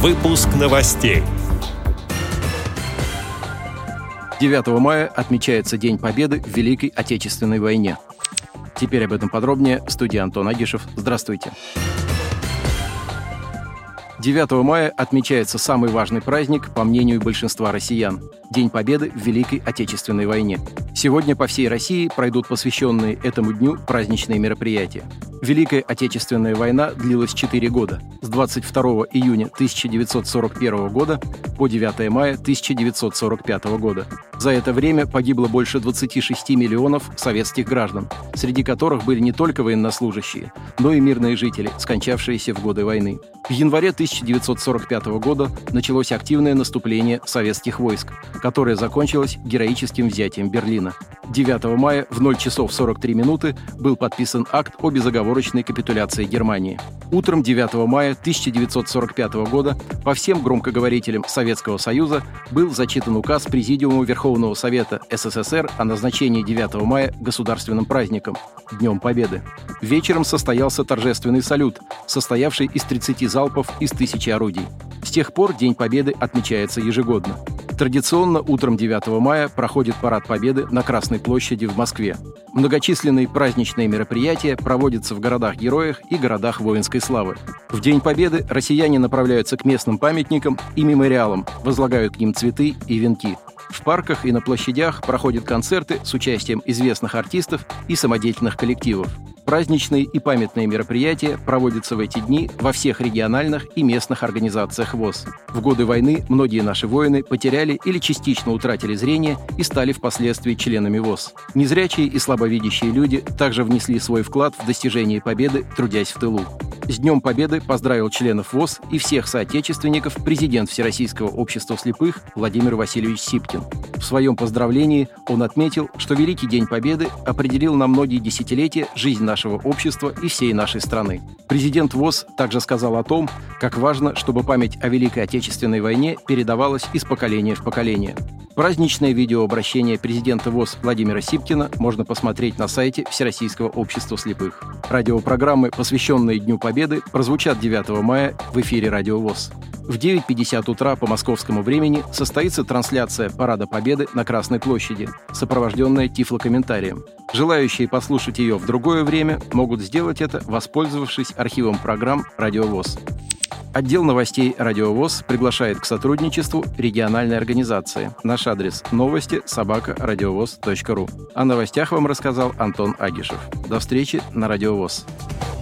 Выпуск новостей. 9 мая отмечается День Победы в Великой Отечественной войне. Теперь об этом подробнее. В студии Антон Агишев. Здравствуйте. 9 мая отмечается самый важный праздник, по мнению большинства россиян – День Победы в Великой Отечественной войне. Сегодня по всей России пройдут посвященные этому дню праздничные мероприятия. Великая Отечественная война длилась 4 года – с 22 июня 1941 года по 9 мая 1945 года. За это время погибло больше 26 миллионов советских граждан, среди которых были не только военнослужащие, но и мирные жители, скончавшиеся в годы войны. В январе 1945 года началось активное наступление советских войск, которое закончилось героическим взятием Берлина. 9 мая в 0 часов 43 минуты был подписан акт о безоговорочной капитуляции Германии. Утром 9 мая 1945 года по всем громкоговорителям Советского Союза был зачитан указ Президиума Верховного Совета СССР о назначении 9 мая государственным праздником – Днем Победы. Вечером состоялся торжественный салют, состоявший из 30 залпов из 1000 орудий. С тех пор День Победы отмечается ежегодно. Традиционно утром 9 мая проходит парад Победы на Красной площади в Москве. Многочисленные праздничные мероприятия проводятся в городах-героях и городах воинской славы. В День Победы россияне направляются к местным памятникам и мемориалам, возлагают к ним цветы и венки. В парках и на площадях проходят концерты с участием известных артистов и самодеятельных коллективов. Праздничные и памятные мероприятия проводятся в эти дни во всех региональных и местных организациях ВОС. В годы войны многие наши воины потеряли или частично утратили зрение и стали впоследствии членами ВОС. Незрячие и слабовидящие люди также внесли свой вклад в достижение победы, трудясь в тылу. С Днем Победы поздравил членов ВОС и всех соотечественников президент Всероссийского общества слепых Владимир Васильевич Сипкин. В своем поздравлении он отметил, что Великий День Победы определил на многие десятилетия жизнь нашего общества и всей нашей страны. Президент ВОС также сказал о том, как важно, чтобы память о Великой Отечественной войне передавалась из поколения в поколение. Праздничное видеообращение президента ВОС Владимира Сипкина можно посмотреть на сайте Всероссийского общества слепых. Радиопрограммы, посвященные Дню Победы, прозвучат 9 мая в эфире Радио ВОС. В 9:50 утра по московскому времени состоится трансляция Парада Победы на Красной площади, сопровожденная тифлокомментарием. Желающие послушать ее в другое время могут сделать это, воспользовавшись архивом программ Радио ВОС. Отдел новостей Радио ВОС приглашает к сотрудничеству региональной организации. Наш адрес – новости@радиовоз.ру. О новостях вам рассказал Антон Агишев. До встречи на Радио ВОС.